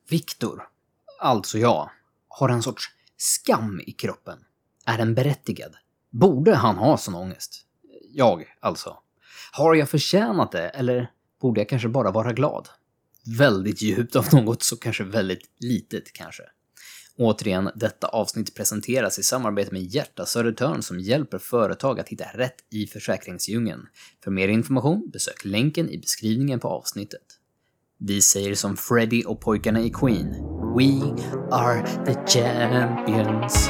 Viktor, alltså jag, har en sorts skam i kroppen. Är den berättigad? Borde han ha sån ångest? Jag, alltså. Har jag förtjänat det, eller borde jag kanske bara vara glad? Väldigt djupt av något så kanske väldigt litet kanske. Återigen, detta avsnitt presenteras i samarbete med Hjärta Södertörn som hjälper företag att hitta rätt i försäkringsdjungeln. För mer information, besök länken i beskrivningen på avsnittet. Vi säger som Freddy och pojkarna i Queen. We are the champions.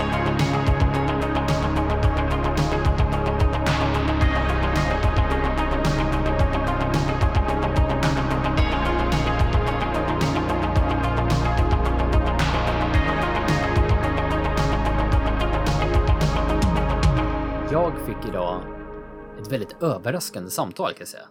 Jag fick idag ett väldigt överraskande samtal kan jag säga.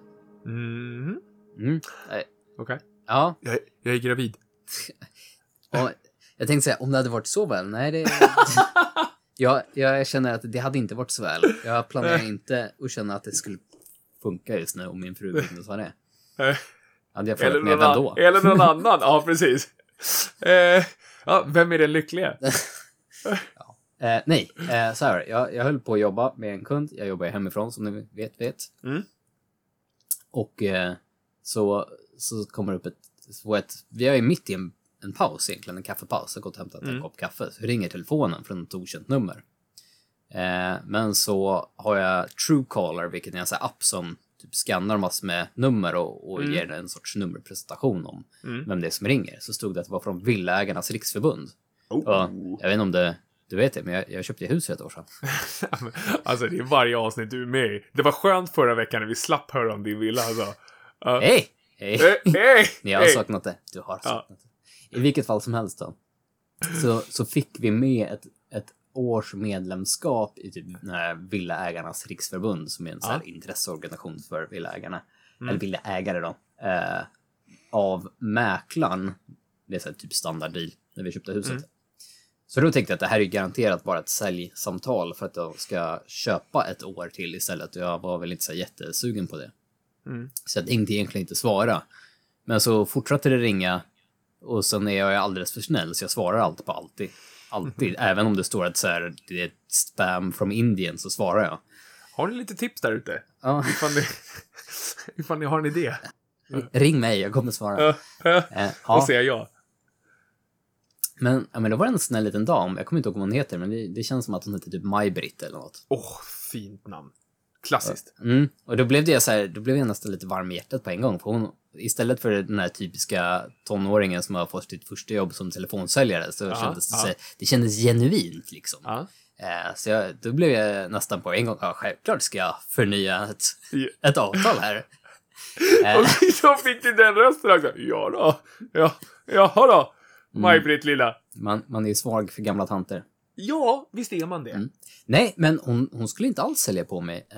Okej. Ja. Jag är gravid. Och jag tänkte säga, om det hade varit så väl. Nej, det... jag känner att det hade inte varit så väl. Jag planerar inte att känna att det skulle funka just nu om min fru inte sa det. Hade jag frågat med vem då? Eller någon annan, ja precis. Vem är den lyckliga? Nej, så här. Jag höll på att jobba med en kund. Jag jobbar hemifrån som ni vet. Mm. Och så kommer det upp vi är ju mitt i en paus egentligen, en kaffepaus. Jag har gått och hämtat en kopp kaffe. Så ringer telefonen från ett okänt nummer. Men så har jag Truecaller, vilket är en sån här app som typ skannar massor med nummer och ger en sorts nummerpresentation om vem det är som ringer. Så stod det att det var från Villaägarnas riksförbund. Och jag vet inte om du vet det, men jag köpte hus för ett år sedan. Alltså det är varje avsnitt du är med i. Det var skönt förra veckan när vi slapp höra om din villa. Alltså. Hej! Ni har saknat det. Du har saknat det. I vilket fall som helst då. Så fick vi med ett års medlemskap i typ Villaägarnas riksförbund, som är en sån här intresseorganisation för villaägarna. Eller villaägare då. Av mäklaren. Det är så här typ standarddeal när vi köpte huset. Så då tänkte jag att det här är garanterat bara ett säljsamtal för att jag ska köpa ett år till istället. Jag var väl inte så jättesugen på det. Så jag tänkte egentligen inte svara. Men så fortsatte det ringa. Och sen är jag alldeles för snäll så jag svarar alltid på alltid. Även om det står att så här, det är spam från Indien så svarar jag. Har ni lite tips där ute? Ja. Ifall ni har en idé. Ring mig, jag kommer svara. Då säger jag. Men då var det en snäll liten dam. Jag kommer inte ihåg vad hon heter, men det känns som att hon heter typ Maj-Britt eller något. Fint namn. Klassiskt. Och då blev jag nästan lite varm i hjärtat på en gång. För hon, istället för den här typiska tonåringen som har fått sitt första jobb som telefonsäljare, så det kändes genuint liksom. Så då blev jag nästan på en gång, självklart ska jag förnya ett avtal här. Och så fick du den rösten också. Jaha då. Maj-Britt lilla. Man är ju svag för gamla tanter. Ja, visst är man det. Nej, men hon skulle inte alls sälja på mig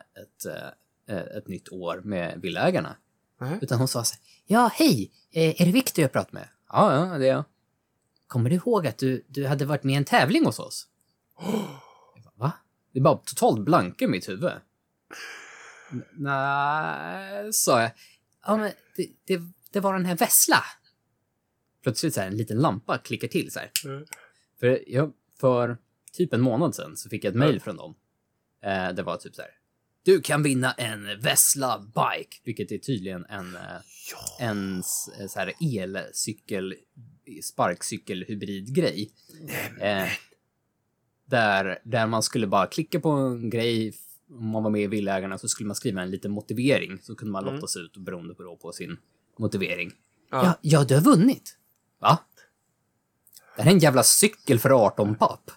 ett nytt år med villaägarna. Utan hon sa så här: ja, hej, är det Viktor jag pratar med? Ja, det är jag. Kommer du ihåg att du hade varit med i en tävling hos oss? Va? Det är bara totalt blanka i mitt huvud. Nej, sa jag. Ja, men det var den här Vessla. Plötsligt så här, en liten lampa klickar till så här. För typ en månad sedan så fick jag ett mejl från dem. Det var typ så här: du kan vinna en Vessla Bike, vilket är tydligen en så här elcykel, sparkcykel hybridgrej. Där man skulle bara klicka på en grej. Om man var med i Villaägarna så skulle man skriva en liten motivering, så kunde man lottas ut och beroende på sin motivering. Ja, du har vunnit. Va? Det här är en jävla cykel för 18 papp.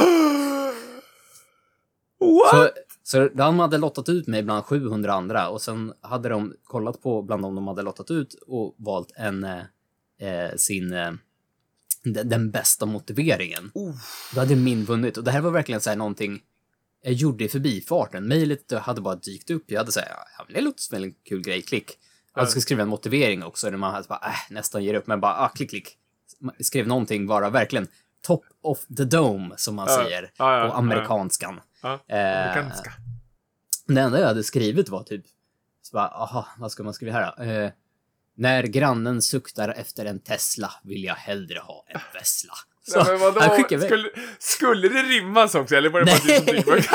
What? Så de hade lottat ut mig bland 700 andra. Och sen hade de kollat på bland dem de hade lottat ut och valt den bästa motiveringen. Då hade min vunnit. Och det här var verkligen så här någonting jag gjorde i förbifarten. Mejlet hade bara dykt upp. Jag hade sagt, det låter som en kul grej, klick. Jag ska skriva en motivering också. Där man hade bara, nästan ger upp. Men bara, klick. Skrev någonting bara verkligen top of the dome, som man säger på amerikanskan. Amerikanska. Det enda jag hade skrivit var typ så bara, vad ska man skriva här då? När grannen suktar efter en Tesla vill jag hellre ha en Vessla. Så, nej, men vadå? han skickar iväg. Skulle det rimmas också? Eller var det bara Nej. du som tyckte?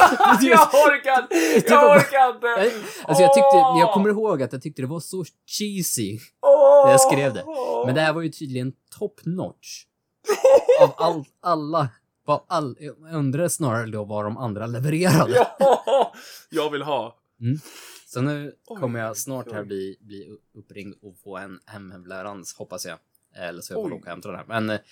Jag orkar inte! Alltså jag kommer ihåg att jag tyckte det var så cheesy när jag skrev det. Men det här var ju tydligen top notch. Av alla. Jag undrar snarare då vad de andra levererade. Ja, jag vill ha. Så nu kommer jag snart här bli uppringd och få en hemleverans, hoppas jag. Eller så jag får åka och hämta den här. Men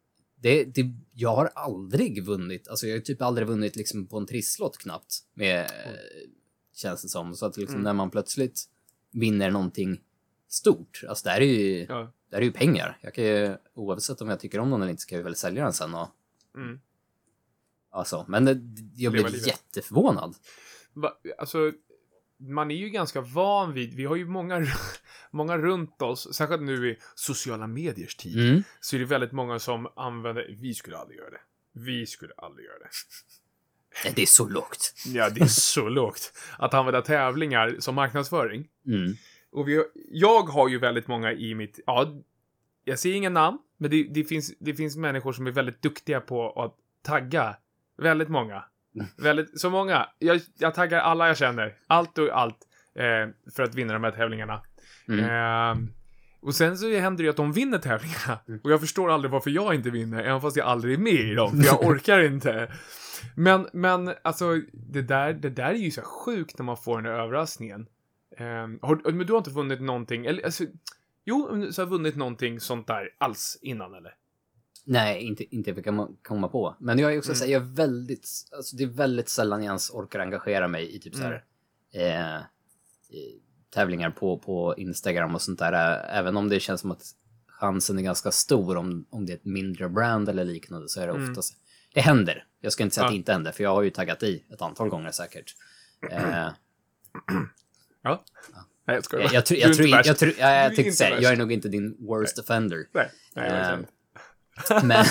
jag har aldrig vunnit. Alltså jag har typ aldrig vunnit liksom på en trisslott knappt. Känns det som. Så att liksom när man plötsligt vinner någonting stort. Alltså det här är ju pengar. Jag kan ju, oavsett om jag tycker om någon eller inte, ska jag väl sälja den sen. Och, alltså, men jag blev jätteförvånad. Alltså, man är ju ganska van vid, vi har ju många runt oss, särskilt nu i sociala mediers tid, så är det väldigt många som använder, vi skulle aldrig göra det. Det är så lågt. Ja, det är så lågt. Att använda tävlingar som marknadsföring. Och jag har ju väldigt många i mitt, jag ser ingen namn, men det finns människor som är väldigt duktiga på att tagga. Väldigt många. Så många. Jag taggar alla jag känner. Allt för att vinna de här tävlingarna. Och sen så händer det att de vinner tävlingarna. Och jag förstår aldrig varför jag inte vinner, även fast jag aldrig är med i dem. För jag orkar inte. Men alltså, det där är ju så sjukt när man får den här överraskningen. Men du har inte vunnit någonting, eller alltså, så har vunnit någonting sånt där alls innan, eller? Nej, inte för kan komma på. Men jag är också så här, det är väldigt sällan jag ens orkar engagera mig i typ så här tävlingar på Instagram och sånt där. Även om det känns som att chansen är ganska stor om det är ett mindre brand eller liknande, så är det oftast. Det händer. Jag ska inte säga att det inte händer, för jag har ju taggat i ett antal gånger säkert. Ja. Nej, jag skojar. Jag tänkte säga, jag är nog inte din worst offender. Nej, men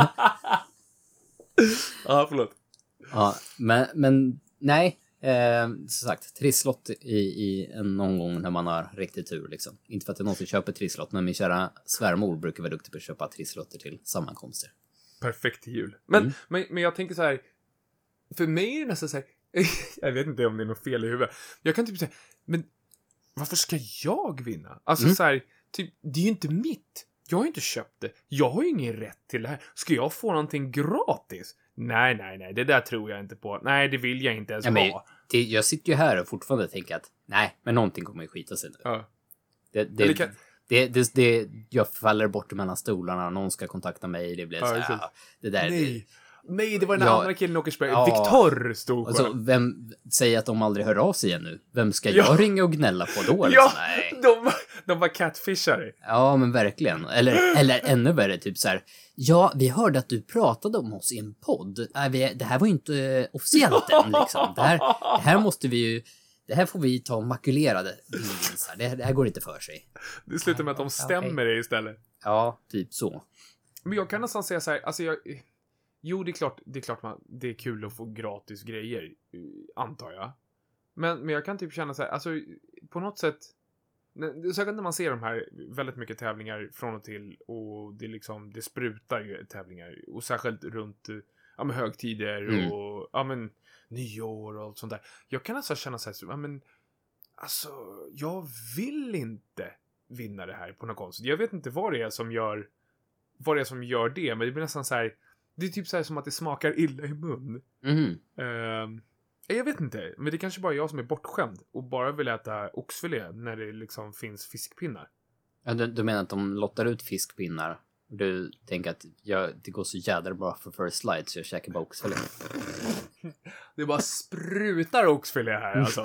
ja, förlåt. Ja, men nej, som sagt, trisslott i någon gång när man har riktigt tur liksom. Inte för att jag någonsin köper trisslott, men min kära svärmor brukar vara duktig på att köpa trisslotter till sammankomster. Perfekt till jul. Men jag tänker så här, för mig är det nästan så här, jag vet inte om det är något fel i huvudet. Jag kan typ säga, men varför ska jag vinna? Alltså så här, typ, det är ju inte mitt. Jag har ju inte köpt det. Jag har ju ingen rätt till det här. Ska jag få någonting gratis? Nej. Det där tror jag inte på. Nej, det vill jag inte ens ha. Jag sitter ju här och fortfarande tänker att nej, men någonting kommer ju skita sig nu. Ja. Jag faller bort mellan stolarna. Någon ska kontakta mig. Det blir så här. Det där. Nej, det var den andra killen i Åkersberg. Viktor stod alltså, vem säger att de aldrig hör av sig igen nu? Vem ska jag ringa och gnälla på då? Ja, nej. De var catfishare. Ja, men verkligen. Eller ännu värre, typ så här. Ja, vi hörde att du pratade om oss i en podd. Det här var ju inte officiellt än, liksom. Det här måste vi ju... Det här får vi ta och makulera. Det här går inte för sig. Det slutar med att de stämmer det istället. Ja, typ så. Men jag kan nästan säga så här, alltså jo, det är klart det är kul att få gratis grejer, antar jag. Men jag kan typ känna så här, alltså på något sätt, särskilt när man ser de här väldigt mycket tävlingar från och till, och det sprutar ju tävlingar, och särskilt runt högtider och nyår och allt sånt där. Jag kan alltså känna så här, alltså jag vill inte vinna det här på något konstigt. Jag vet inte vad det är som gör det, men det blir nästan så här. Det är typ så här som att det smakar illa i mun. Jag vet inte, men det är kanske bara jag som är bortskämd och bara vill äta oxfilé när det liksom finns fiskpinnar. Ja, du menar att de lottar ut fiskpinnar? Du tänker att det går så jädra bra för first slide, så jag käkar bara oxfilé. Det bara sprutar oxfilé här alltså.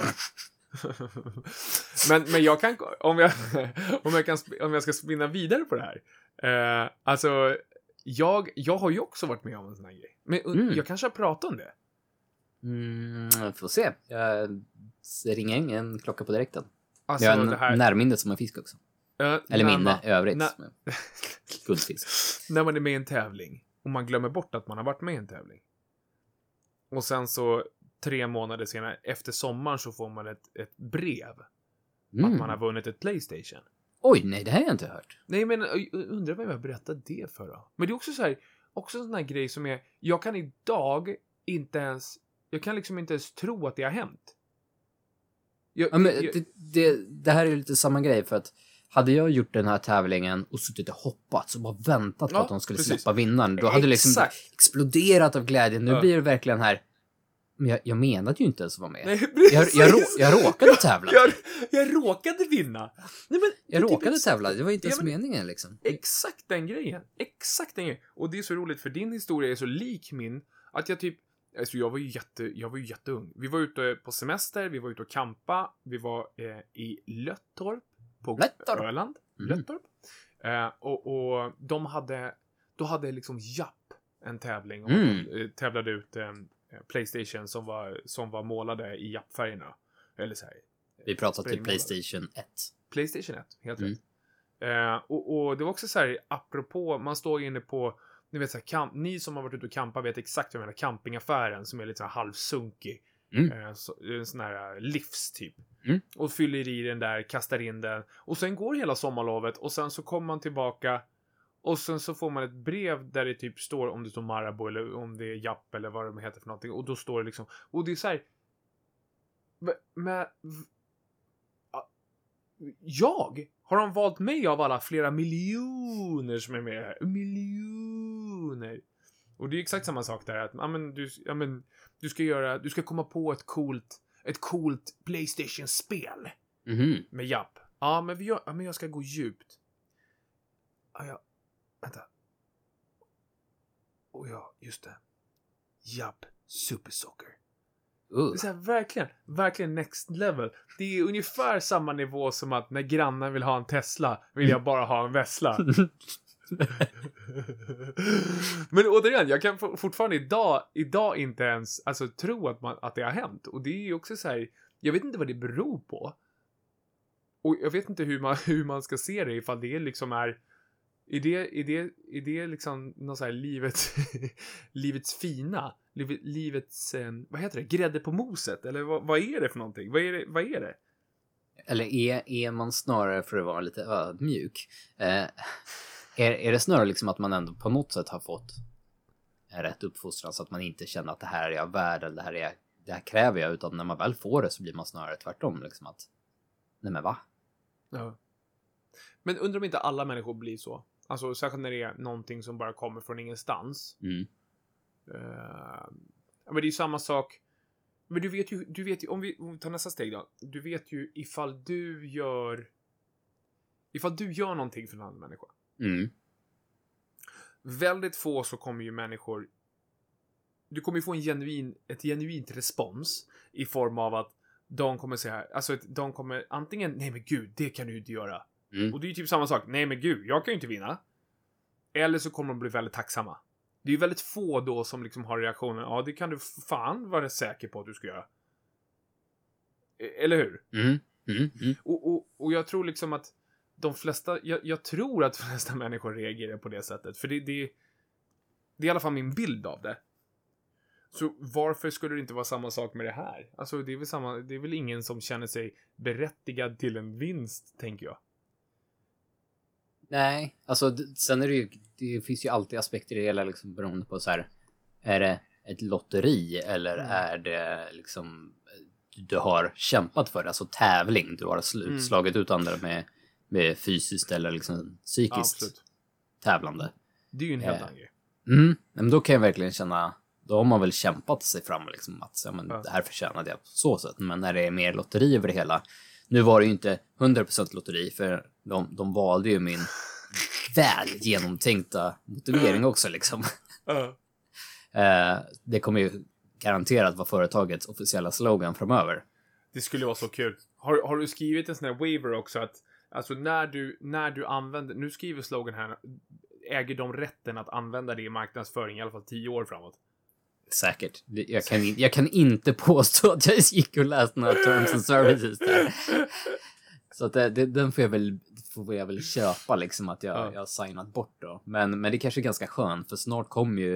men jag kan, om jag ska spinna vidare på det här. Alltså jag har ju också varit med om en sån här grej. Men jag kanske har pratat om det. Får se. Jag ringer ingen klocka på direkten. Alltså, jag har en närminnet som en fisk också. Eller minne i övrigt. Guldfisk. När man är med i en tävling och man glömmer bort att man har varit med i en tävling. Och sen så 3 månader senare, efter sommaren, så får man ett brev. Att man har vunnit ett PlayStation. Oj, nej, det här har jag inte hört. Nej, men undrar vem jag berättade det för då? Men det är också så här, också en sån här grej som är, jag kan idag inte ens, jag kan liksom inte ens tro att det har hänt. Det här är lite samma grej, för att hade jag gjort den här tävlingen och suttit och hoppats och bara väntat på att de skulle släppa vinnaren, då hade det liksom exploderat av glädje. Nu blir det verkligen här, men jag menade ju inte ens att vara med. Nej, jag råkade tävla. Jag råkade vinna. Nej, men, jag råkade tävla, det var inte ens meningen liksom. Exakt den grejen. Och det är så roligt, för din historia är så lik min, att jag typ, alltså jag var ju jätteung. Vi var ute på semester, vi var ute och campa, vi var i Löttorp på Öland. Löttorp. Och då hade liksom Japp en tävling och tävlade ut PlayStation som var målade i Japp-färgerna. Eller så här. Vi pratade till PlayStation 1. PlayStation 1, helt rätt. Och det var också så här, apropå, man står inne på, ni vet så här, ni som har varit ute och campa vet exakt vad jag menar, campingaffären som är lite så här halvsunkig. En sån här livs typ. Och fyller i den där, kastar in den. Och sen går hela sommarlovet och sen så kommer man tillbaka och sen så får man ett brev där det typ står, om det står Marabou eller om det är Japp eller vad de heter för någonting. Och då står det liksom, och det är så här, har de valt mig av alla flera miljoner som är med här? Miljoner. Och det är exakt samma sak där, att du ska komma på ett coolt PlayStation-spel med Japp. Ja, men jag ska gå djupt. Vänta. Just det. Japp Super Soccer. Det är så här, verkligen next level. Det är ungefär samma nivå som att när grannen vill ha en Tesla vill jag bara ha en Vesla. Men återigen, jag kan fortfarande idag inte ens tro att det har hänt. Och det är ju också så här, jag vet inte vad det beror på. Och jag vet inte hur man ska se det, ifall det liksom är det liksom något så här livets fina, livets vad heter det, grädde på moset, eller vad är det för någonting? Vad är det? Eller är man snarare, för att vara lite ödmjuk, är det snarare liksom att man ändå på något sätt har fått en rätt uppfostran, så att man inte känner att det här är jag värd, eller det här kräver jag, utan när man väl får det så blir man snarare tvärtom liksom, att nej men va? Ja. Men undrar om inte alla människor blir så? Alltså särskilt när det är någonting som bara kommer från ingenstans. Men det är ju samma sak. Men du vet ju om vi tar nästa steg då. Du vet ju ifall du gör någonting för en annan människa. Väldigt få så kommer ju människor, du kommer ju få ett genuint respons i form av att de kommer säga, de kommer antingen, nej men gud, det kan du inte göra. Och det är ju typ samma sak, nej men gud, jag kan ju inte vinna. Eller så kommer de bli väldigt tacksamma. Det är ju väldigt få då som liksom har reaktionen, ja det kan du fan vara säker på att du ska göra. Eller hur? Och jag tror liksom att de flesta, jag tror att de flesta människor reagerar på det sättet. För det är i alla fall min bild av det. Så varför skulle det inte vara samma sak med det här? Alltså det är väl ingen som känner sig berättigad till en vinst, tänker jag. Nej, alltså sen är det finns ju alltid aspekter i det hela liksom, beroende på så här, är det ett lotteri eller är det liksom du har kämpat för det, alltså tävling, du har slagit ut andra med fysiskt eller liksom psykiskt tävlande. Det är ju en helt annan grej. Men då kan jag verkligen känna, då har man väl kämpat sig fram liksom, att det här förtjänade jag på så sätt. Men när det är mer lotteri över det hela, nu var det ju inte 100% lotteri, för de valde ju min väl genomtänkta motivering också liksom. Det kommer ju garanterat vara företagets officiella slogan framöver. Det skulle vara så kul. Har du skrivit en sån här waiver också, att alltså när du använder, nu skriver slogan här, äger de rätten att använda det i marknadsföring i alla fall 10 år framåt? Säkert. Jag kan inte påstå att jag gick och läste några terms and services där. Så att den får jag väl köpa liksom, att jag har signat bort då. Men det kanske är ganska skönt, för snart kommer ju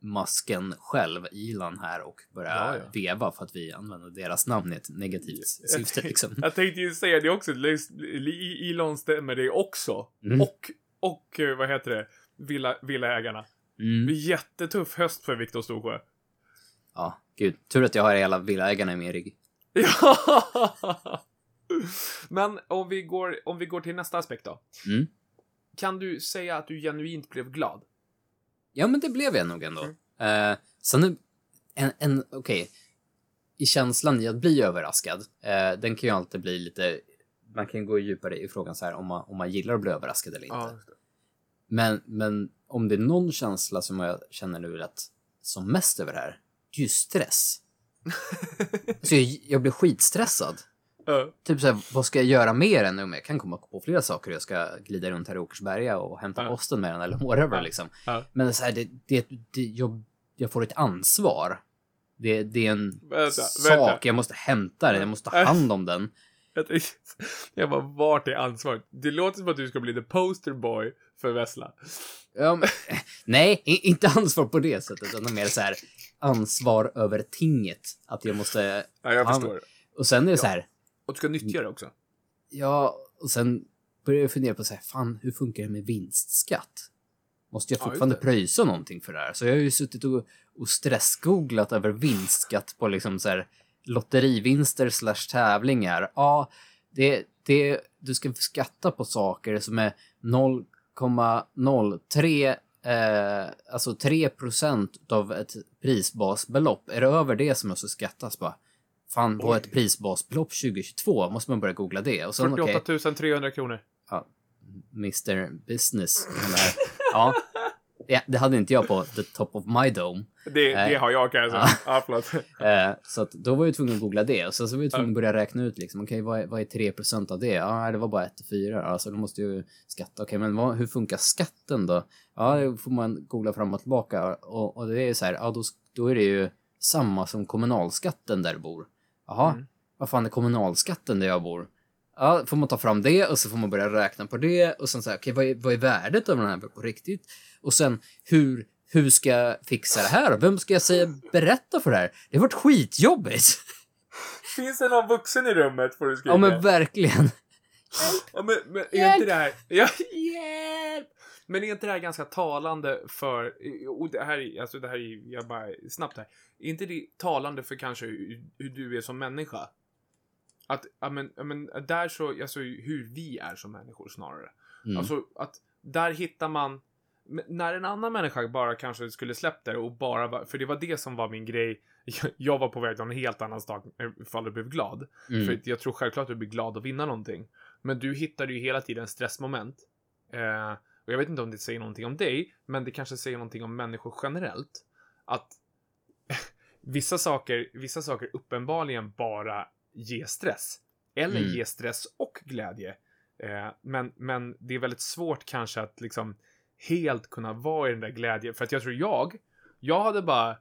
masken själv, Elon här, och börja veva för att vi använder deras namn i ett negativt syfte liksom. Jag tänkte ju säga det också. Elon stämmer det också. Och vad heter det? Villaägarna. Det blir jättetuff höst för Viktor Storsjö. Ja, gud. Tur att jag har hela villaägarna i min rygg. Ja. Men om vi går till nästa aspekt då. Kan du säga att du genuint blev glad? Ja, men det blev jag nog ändå. Sen okej. I känslan i att bli överraskad, den kan ju alltid bli lite, man kan gå djupare i frågan så här om man gillar att bli överraskad eller inte. Men om det är någon känsla som jag känner nu rätt som mest över det här, det är ju stress. Så jag blir skitstressad. Typ såhär, vad ska jag göra mer än om jag kan komma på flera saker? Jag ska glida runt här i Åkersberga och hämta posten med den eller whatever liksom. Men det är så här, jag får ett ansvar. Det är en sak, jag måste hämta den, jag måste ta hand om den. Jag bara, vart är ansvaret? Det låter som att du ska bli the poster boy för Vessla. Nej, inte ansvar på det sättet, utan mer så här ansvar över tinget. Att jag måste... Ja, jag förstår. Och sen är det så här... Och du ska nyttja det också. Ja, och sen börjar jag fundera på så här, fan, hur funkar det med vinstskatt? Måste jag fortfarande pröjsa någonting för det här? Så jag har ju suttit och stressgooglat över vinstskatt på liksom så här lotterivinster / tävlingar. Ja, du ska skatta på saker som är 0,03 alltså 3% av ett prisbasbelopp. Är det över det som måste skattas bara? Fan, på ett prisbasbelopp 2022 måste man börja googla det. Och sen, 48 300 kronor. Ja, Mr. Business. Ja, det hade inte jag på the top of my dome. Det har jag kanske. Så att då var jag tvungen att googla det. Och så var jag tvungen att börja räkna ut liksom, okej, vad är 3% av det? Ja, det var bara 1-4. Alltså då måste jag ju skatta. Okej, men hur funkar skatten då? Ja, då får man googla fram och tillbaka. Och det är så här, ja, då är det ju samma som kommunalskatten där du bor. Jaha, vad fan är kommunalskatten där jag bor? Ja, får man ta fram det och så får man börja räkna på det. Och sen så här, okej, vad är värdet av den här på riktigt? Och sen, hur ska jag fixa det här? Vem ska jag berätta för det här? Det har varit skitjobbigt. Finns det någon vuxen i rummet får du skriva? Ja, men verkligen. Ja, men är inte det här... Ja, hjälp! Men är inte det här ganska talande för... Och det här är... Jag bara snabbt här. Är inte det talande för kanske hur du är som människa? Att, men där så... Alltså hur vi är som människor snarare. Alltså att där hittar man... När en annan människa bara kanske skulle släppa det och bara... För det var det som var min grej. Jag var på väg till en helt annan sak ifall du blev glad. För jag tror självklart att du blir glad att vinna någonting. Men du hittade ju hela tiden stressmoment. Och jag vet inte om det säger någonting om dig. Men det kanske säger någonting om människor generellt. Att vissa saker uppenbarligen bara ger stress. Eller ger stress och glädje. Men det är väldigt svårt kanske att liksom helt kunna vara i den där glädjen. För att jag tror jag hade bara...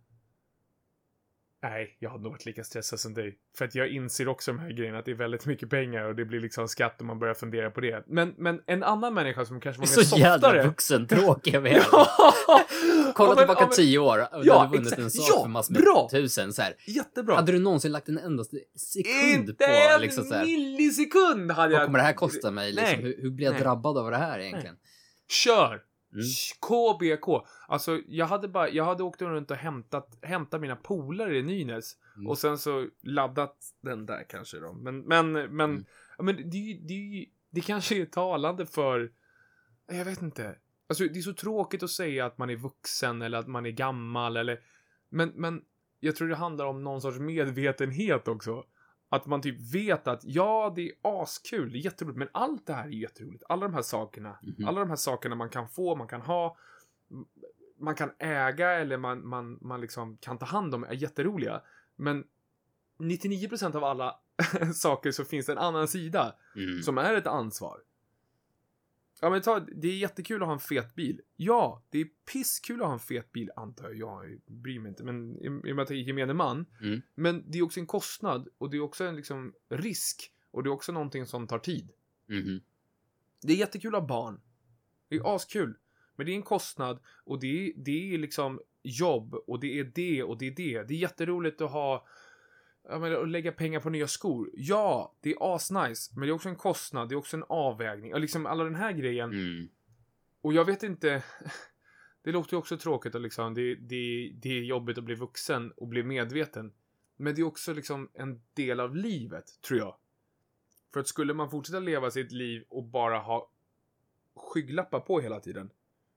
Nej, jag hade nog varit lika stressad som dig. För att jag inser också de här grejerna att det är väldigt mycket pengar och det blir liksom skatt om man börjar fundera på det. Men en annan människa som kanske var mer softare... Så jävla vuxentråkiga vi är. Kolla tillbaka 10 år och du hade vunnit en sak för massor med tusen. Så här. Jättebra. Hade du någonsin lagt en enda sekund inte på... Liksom, så här, millisekund hade jag... Vad kommer det här kosta mig? Liksom, hur blir jag drabbad av det här egentligen? Nej. Kör! KBK. Alltså jag hade åkt runt och hämtat mina polare i Nynäs och sen så laddat den där kanske då. Men det kanske är talande för, jag vet inte. Alltså det är så tråkigt att säga att man är vuxen eller att man är gammal eller men jag tror det handlar om någon sorts medvetenhet också. Att man typ vet att ja, det är askul, det är jätteroligt, men allt det här är jätteroligt. Alla de här sakerna man kan få, man kan ha, man kan äga eller man liksom kan ta hand om är jätteroliga. Men 99% av alla saker så finns det en annan sida som är ett ansvar. Ja, men det är jättekul att ha en fet bil. Ja, det är pisskul att ha en fet bil, antar jag bryr mig inte. Men i och med att jag är gemene man. Men det är också en kostnad. Och det är också en liksom risk. Och det är också någonting som tar tid. Det är jättekul att ha barn. Det är askul. Men det är en kostnad. Och det är liksom jobb och det är det och det är det. Det är jätteroligt att ha, att lägga pengar på nya skor. Ja, det är asnice, men det är också en kostnad, det är också en avvägning. Och liksom alla den här grejen. Och jag vet inte, det låter ju också tråkigt och liksom, det är jobbigt att bli vuxen och bli medveten. Men det är också liksom en del av livet, tror jag. För att skulle man fortsätta leva sitt liv och bara ha skygglappar på hela tiden.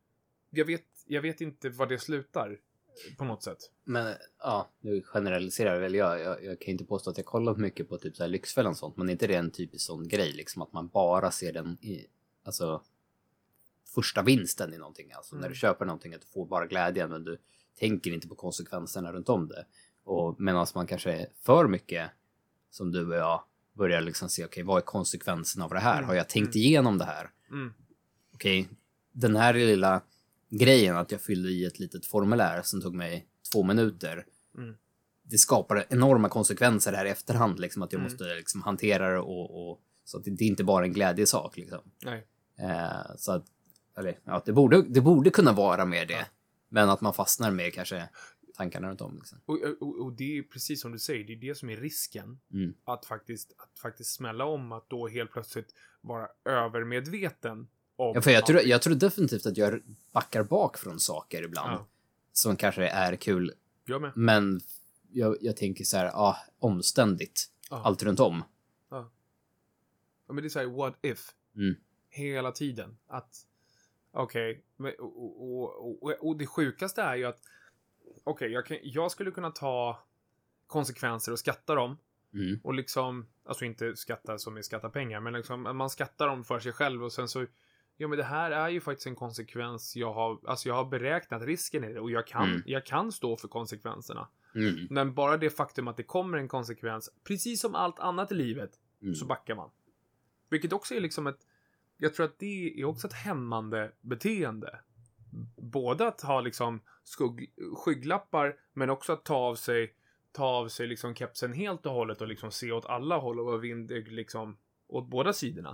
Jag vet inte vad det slutar på något sätt. Men ja, nu generaliserar väl jag kan inte påstå att jag kollat mycket på typ så här Lyxfällan och sånt, men inte det är en typisk sån grej liksom att man bara ser den i, alltså första vinsten i någonting, alltså när du köper någonting att du får bara glädjen men du tänker inte på konsekvenserna runt om det. Och medan man kanske är för mycket som du och jag börjar liksom se, okej, vad är konsekvenserna av det här? Har jag tänkt igenom det här? Okej, den här lilla grejen att jag fyllde i ett litet formulär som tog mig 2 minuter. Det skapar enorma konsekvenser här i efterhand, liksom att jag måste liksom hantera det och så att det är inte bara en glädjesak liksom. Nej. Så att, eller, ja, det borde kunna vara mer det. Men att man fastnar med kanske tankarna runt om liksom. Och det är precis som du säger, det är det som är risken. Att faktiskt smälla om, att då helt plötsligt vara övermedveten om. Ja, för jag tror definitivt att jag backar bak från saker ibland som kanske är kul. Jag med. Men jag tänker så här, omständigt. Allt runt om. Ja, men det är så här, what if? Hela tiden. Att okej, och det sjukaste är ju att jag skulle kunna ta konsekvenser och skatta dem. Och liksom, alltså inte skatta som är skatta pengar, men liksom man skattar dem för sig själv och sen så, ja men det här är ju faktiskt en konsekvens jag har beräknat risken i det och jag kan stå för konsekvenserna. Men bara det faktum att det kommer en konsekvens, precis som allt annat i livet, så backar man. Vilket också är liksom jag tror att det är också ett hämmande beteende. Både att ha liksom skygglappar, men också att ta av sig liksom kepsen helt och hållet och liksom se åt alla håll och vara vindig liksom åt båda sidorna.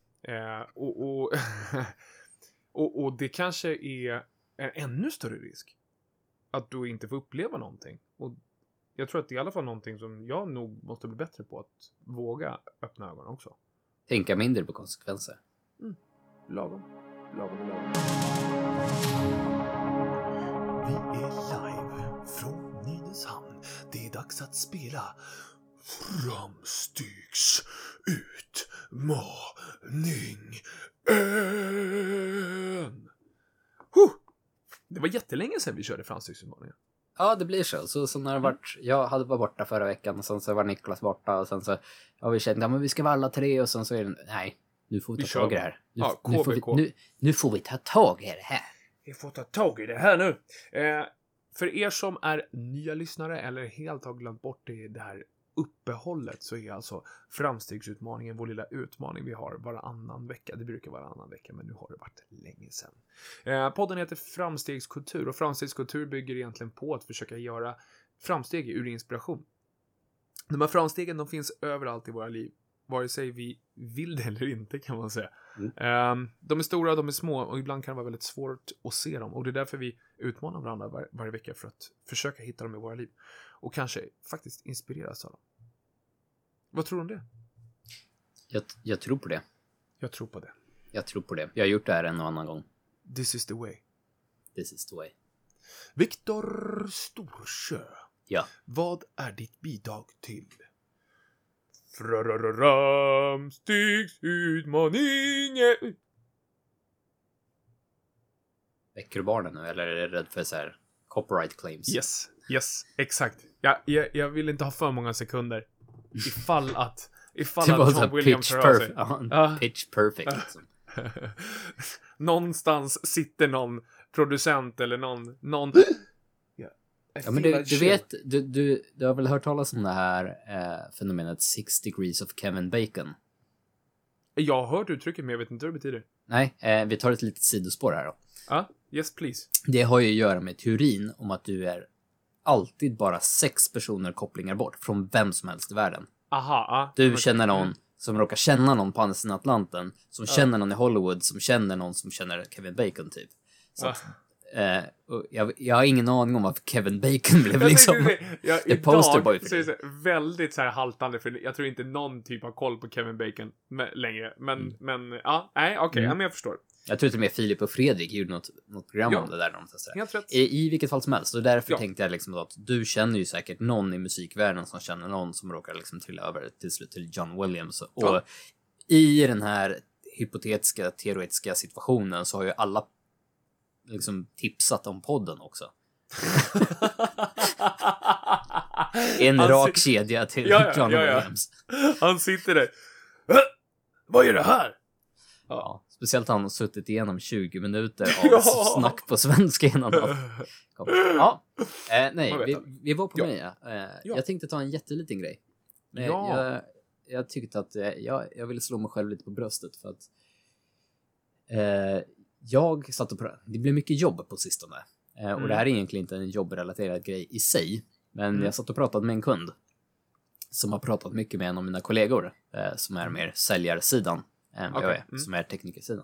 Och det kanske är en ännu större risk att du inte får uppleva någonting. Och jag tror att det är i alla fall någonting som jag nog måste bli bättre på, att våga öppna ögonen också. Tänka mindre på konsekvenser. Lagom. Vi är live från Nynäshamn. Det är dags att spela Framstegsutmaning. Det var jättelänge sedan vi körde Framstegsutmaningen. Ja, det blir så när det varit, jag hade varit borta förra veckan och sen så var Niklas borta och sen så vi kände, men vi ska vara alla 3 och sen så är det, nej, nu får vi ta tag i det här. Nu får vi ta tag i det här. Vi får ta tag i det här nu. För er som är nya lyssnare eller helt har glömt bort det här uppehållet, så är alltså Framstegsutmaningen vår lilla utmaning vi har varannan vecka. Det brukar vara varannan vecka, men nu har det varit länge sedan. Podden heter Framstegskultur och Framstegskultur bygger egentligen på att försöka göra framsteg ur inspiration. De här framstegen, de finns överallt i våra liv. Vare sig vi vill det eller inte, kan man säga. De är stora, de är små och ibland kan det vara väldigt svårt att se dem. Och det är därför vi utmanar varandra varje vecka för att försöka hitta dem i våra liv. Och kanske faktiskt inspireras av dem. Vad tror du om det? Jag tror på det. Jag tror på det. Jag tror på det. Jag har gjort det här en och annan gång. This is the way. This is the way. Viktor Storsjö. Ja. Vad är ditt bidrag till Framstegsutmaningen? Väcker du barnen nu eller är du rädd för så här copyright claims? Yes, exakt. Jag vill inte ha för många sekunder. Ifall att Tom Williams hör av sig. Pitch perfect liksom. Någonstans sitter någon producent eller någon Ja, men du vet, du har väl hört talas om det här fenomenet 6 degrees of Kevin Bacon? Jag har hört uttrycket, men jag vet inte vad det betyder. Nej, vi tar ett litet sidospår här då. Yes please. Det har ju att göra med teorin om att du är alltid bara 6 personer kopplingar bort från vem som helst i världen. Du känner någon som råkar känna någon på andra sidan Atlanten, som känner någon i Hollywood, som känner någon som känner Kevin Bacon typ. Så att, Och jag har ingen aning om varför Kevin Bacon blev liksom the posterboy för så är det väldigt så här haltande, för jag tror inte någon typ har koll på Kevin Bacon längre. Men ja, nej, okej, ja, men jag förstår. Jag tror till och med Filip och Fredrik gjorde något program om det där. Helt rätt. I vilket fall som helst. Och därför tänkte jag liksom att du känner ju säkert någon i musikvärlden som känner någon som råkar liksom trilla över till slut till John Williams. Och i den här hypotetiska, teoretiska situationen så har ju alla liksom tipsat om podden också. En rak kedja till John Williams. Han sitter där. Vad är det här? Ja, speciellt han har suttit igenom 20 minuter av snack på svenska innan han kom. Ja, nej, vi var på mig. Jag tänkte ta en jätteliten grej. Jag tyckte att jag ville slå mig själv lite på bröstet för att jag satt och det blev mycket jobb på sistone. Och det här är egentligen inte en jobbrelaterad grej i sig. Men jag satt och pratade med en kund som har pratat mycket med en av mina kollegor som är mer säljarsidan än vad jag är, som är teknikersidan.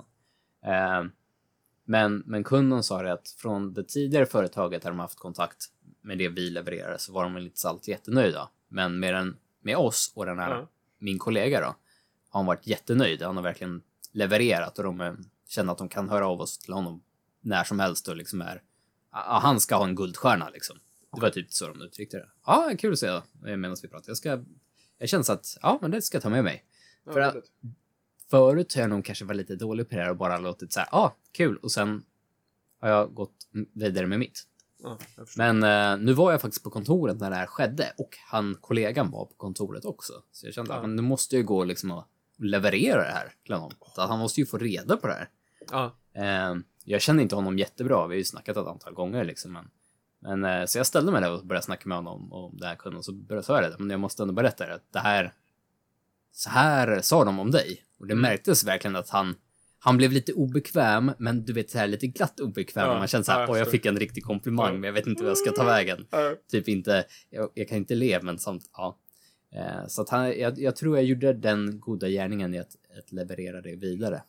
Men kunden sa det att från det tidigare företaget där de haft kontakt med det vi levererar så var de inte så alltid jättenöjda. Men med oss och den här min kollega då har han varit jättenöjd. Han har verkligen levererat och de känner att de kan höra av oss till honom när som helst och liksom han ska ha en guldstjärna liksom. Det var typ så de uttryckte det. Ja, kul att se då, medan vi pratar. Jag känner så att, men det ska jag ta med mig. För att förut har jag nog kanske varit lite dålig på det här och bara låtit så här, kul. Och sen har jag gått vidare med mitt. Men nu var jag faktiskt på kontoret när det här skedde och kollegan var på kontoret också. Så jag kände att nu måste jag gå liksom och leverera det här till honom. Så att han måste ju få reda på det här. Jag känner inte honom jättebra, vi har ju snackat ett antal gånger liksom. Men så jag ställde mig där och började snacka med honom om det här kunden. Så började jag det, men jag måste ändå berätta det. Att det här, så här sa de om dig. Och det märktes verkligen att han blev lite obekväm, men du vet så här lite glatt obekväm. Man känner så här, jag fick en riktig komplimang, men jag vet inte vad jag ska ta vägen. Typ inte, jag kan inte le, men samt, så att jag tror jag gjorde den goda gärningen i att leverera det vidare.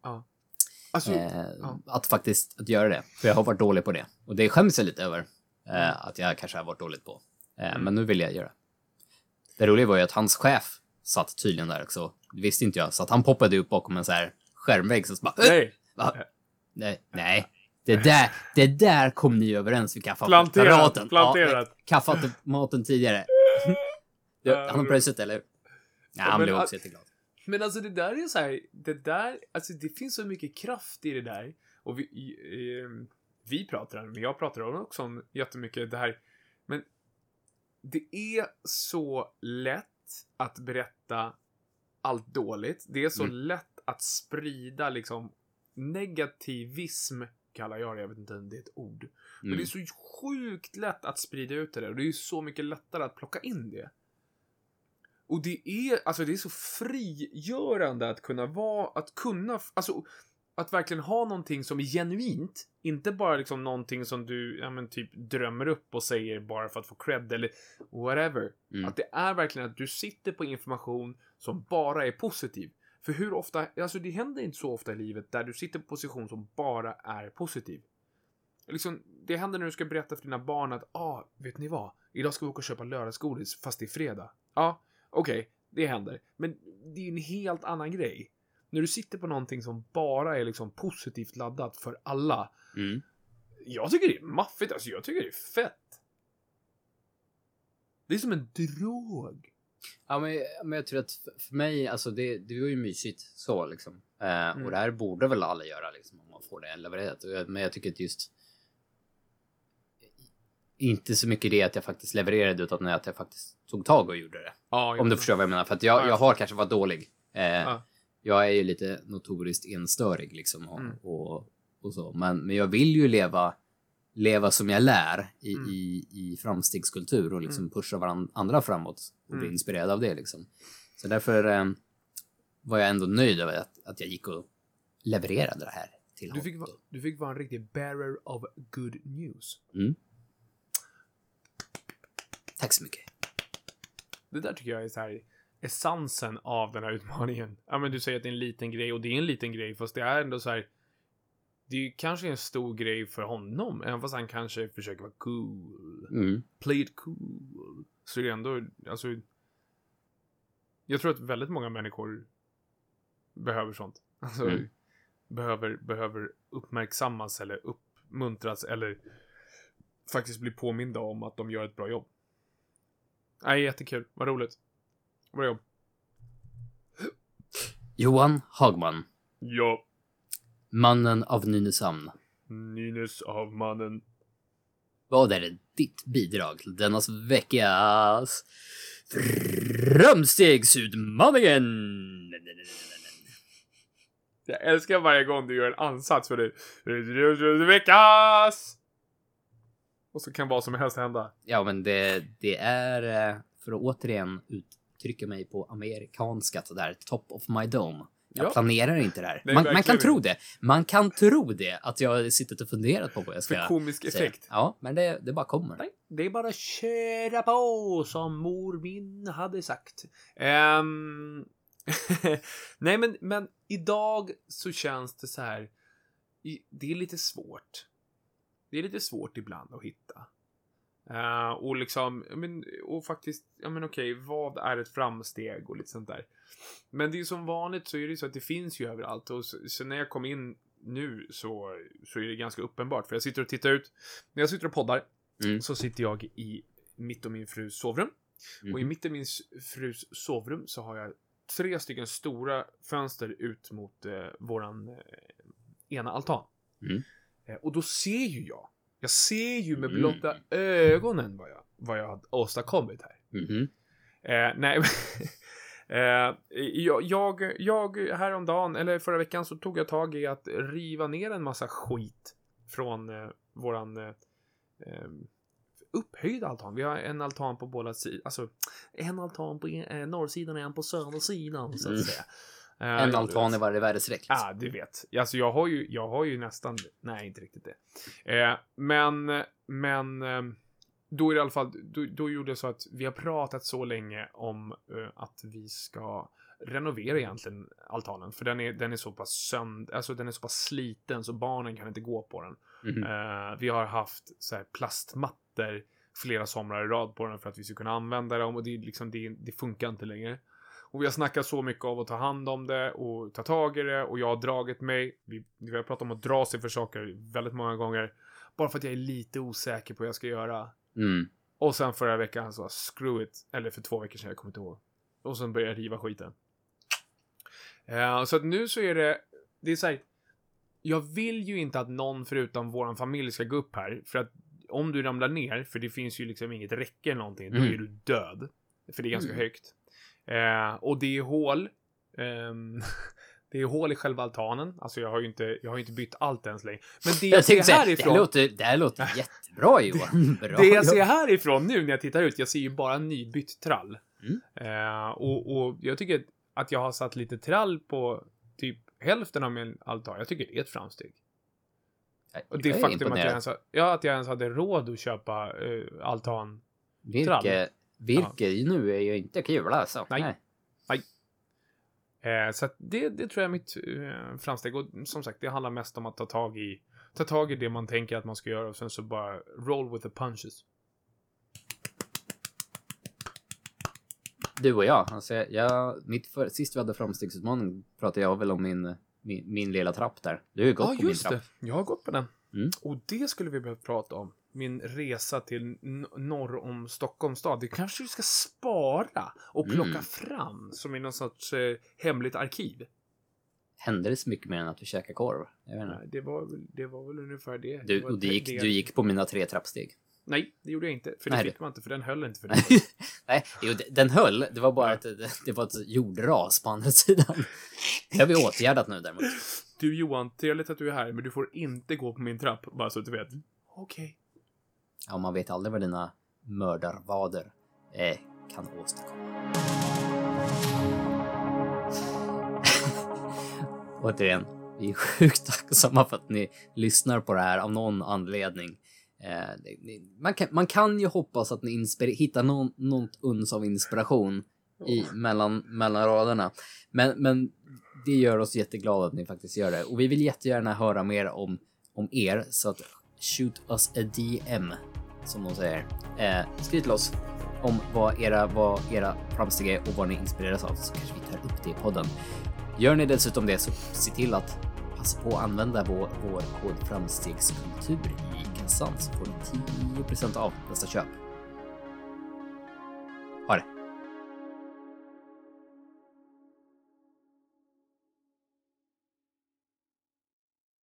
Att faktiskt att göra det. För jag har varit dålig på det. Och det skäms jag lite över. Att jag kanske har varit dåligt på. Men nu vill jag göra. Det roliga var ju att hans chef satt tydligen där också. Det visste inte jag. Så att han poppade upp bakom en så här skärmvägg. Så bara, nej. Det där kom ni överens vid kaffeapparaten. Planterat. Kaffeautomaten tidigare. Han har pröjsat, eller? Ja, han blev också jätteglad. Men alltså det där är så här, alltså det finns så mycket kraft i det där. Och vi pratar om, men jag pratar också om jättemycket det här. Men det är så lätt att berätta allt dåligt. Det är så lätt att sprida liksom negativism, kallar jag det. Jag vet inte om det är ett ord. Men det är så sjukt lätt att sprida ut det där. Och det är ju så mycket lättare att plocka in det. Och det är så frigörande att att verkligen ha någonting som är genuint, inte bara liksom någonting som du typ drömmer upp och säger bara för att få cred eller whatever. Att det är verkligen att du sitter på information som bara är positiv. För hur ofta, alltså det händer inte så ofta i livet där du sitter på position som bara är positiv. Liksom, det händer när du ska berätta för dina barn att vet ni vad? Idag ska vi åka och köpa lördagsgodis fast det är fredag. Okej, det händer. Men det är en helt annan grej. När du sitter på någonting som bara är liksom positivt laddat för alla. Jag tycker det är maffigt. Alltså jag tycker det är fett. Det är som en drog. Ja, men jag tror att för mig, alltså det var ju mysigt så liksom. Och det här borde väl alla göra liksom, om man får det levererat. Men jag tycker att just inte så mycket det att jag faktiskt levererade, utan att jag faktiskt tog tag och gjorde det. Om du förstår vad jag menar. För att jag har kanske varit dålig. Jag är ju lite notoriskt enstörig liksom. Och så. Men jag vill ju leva som jag lär i framstegskultur och liksom pusha andra framåt och bli inspirerad av det liksom. Så därför var jag ändå nöjd över att jag gick och levererade det här till honom. Du fick vara en riktig bearer of good news. Tack så mycket. Det där tycker jag är så här essensen av den här utmaningen. Ja, men du säger att det är en liten grej, och det är en liten grej, fast det är ändå så här, det är ju kanske en stor grej för honom, även fast han kanske försöker vara cool. Play it cool. Så är det ändå, alltså, jag tror att väldigt många människor behöver sånt. Alltså, behöver uppmärksammas eller uppmuntras eller faktiskt bli påminda om att de gör ett bra jobb. Nej, jättekul. Vad roligt. Bra jobb. Johan Hagman. Ja. Mannen av Nynäshamn. Nynäshammannen. Vad är ditt bidrag till dennas veckas framstegsutmaningen? Jag älskar varje gång du gör en ansats för det. Veckas! Och så kan vad som helst hända. Ja, men det är för att återigen uttrycka mig på amerikanska, så där top of my dome. Jag planerar inte det här. Man kan tro det. Man kan tro det, att jag sitter och funderat på vad jag ska för komisk effekt. Ja, men det bara kommer. Nej, det är bara köra på, som mor min hade sagt. Nej, men idag så känns det så här. Det är lite svårt. Det är lite svårt ibland att hitta. Och liksom, och faktiskt, okej, vad är ett framsteg och lite sånt där. Men det är som vanligt, så är det så att det finns ju överallt. Och så när jag kom in nu så är det ganska uppenbart. För jag sitter och tittar ut. När jag sitter och poddar så sitter jag i mitt och min frus sovrum. Och i mitt och min frus sovrum så har jag 3 stycken stora fönster ut mot våran ena altan. Och då ser ju jag ser ju med blotta ögonen vad jag har åstadkommit här. Nej, jag häromdagen, eller förra veckan, så tog jag tag i att riva ner en massa skit från våran upphöjda altan. Vi har en altan på båda sidor. Alltså, en altan på norrsidan och en på södersidan, så att säga. En altan i varje väderstreck. Ja, du vet. Alltså, jag har ju nästan... Nej, inte riktigt det. Men då är det i alla fall... Då gjorde jag så att vi har pratat så länge om att vi ska renovera egentligen altanen. För den är så pass alltså den är så pass sliten så barnen kan inte gå på den. Vi har haft så här plastmattor flera somrar i rad på den för att vi ska kunna använda dem. Och det, liksom, det funkar inte längre. Och vi har snackat så mycket av att ta hand om det och ta tag i det. Och jag har dragit mig. Vi har pratat om att dra sig för saker väldigt många gånger. Bara för att jag är lite osäker på vad jag ska göra. Och sen förra veckan så screw it. Eller för 2 veckor sedan, jag kommer inte ihåg. Och sen började jag riva skiten. Så att nu så är det är så här. Jag vill ju inte att någon förutom våran familj ska gå upp här. För att om du ramlar ner, för det finns ju liksom inget räcke eller någonting, då är du död. För det är ganska högt. Och det är hål. Det är hål i själva altanen. Alltså jag har ju inte bytt allt ens längre. Men det jag ser härifrån... Det här låter jättebra, Johan. Bra det jag ser härifrån nu när jag tittar ut, jag ser ju bara nybytt trall. Och jag tycker att jag har satt lite trall på typ hälften av min altan. Jag tycker det är ett framsteg. Och det faktum att jag ens hade råd att köpa altan trall. Virke nu är ju inte kul, alltså. Nej. Så att det tror jag är mitt framsteg. Och som sagt, det handlar mest om att ta tag i det man tänker att man ska göra. Och sen så bara roll with the punches. Du och jag. Alltså sist vi hade framstegsutmaning pratade jag väl om min lilla trapp där. Du har ju gått på min trapp. Jag har gått på den. Och det skulle vi behöva prata om. Min resa till norr om Stockholms stad. Det kanske du ska spara och plocka fram som i någon sorts hemligt arkiv. Hände det så mycket mer än att du käkade korv? Nej, det var väl ungefär det. Du gick på mina 3 trappsteg. Nej, det gjorde jag inte. För det fick man inte, för den höll inte för det. Nej, den höll. Det var bara att det var ett jordras på andra sidan. Det har vi åtgärdat nu däremot. Du Johan, trevligt att du är här, men du får inte gå på min trapp, bara så att du vet. Okej. Ja, man vet aldrig vad dina mördarvader kan åstadkomma. Återigen, vi är sjukt tacksamma för att ni lyssnar på det här av någon anledning. Man kan ju hoppas att ni hittar något uns av inspiration mellan raderna. Men det gör oss jätteglada att ni faktiskt gör det. Och vi vill jättegärna höra mer om er, så att shoot us a DM, som de säger. Skriv till oss om vad era framsteg är och vad ni inspireras av, så kanske vi tar upp det i podden. Gör ni dessutom det, så se till att passa på att använda vår kod framstegskultur i kassan, så får ni 10% av nästa köp. Ha det!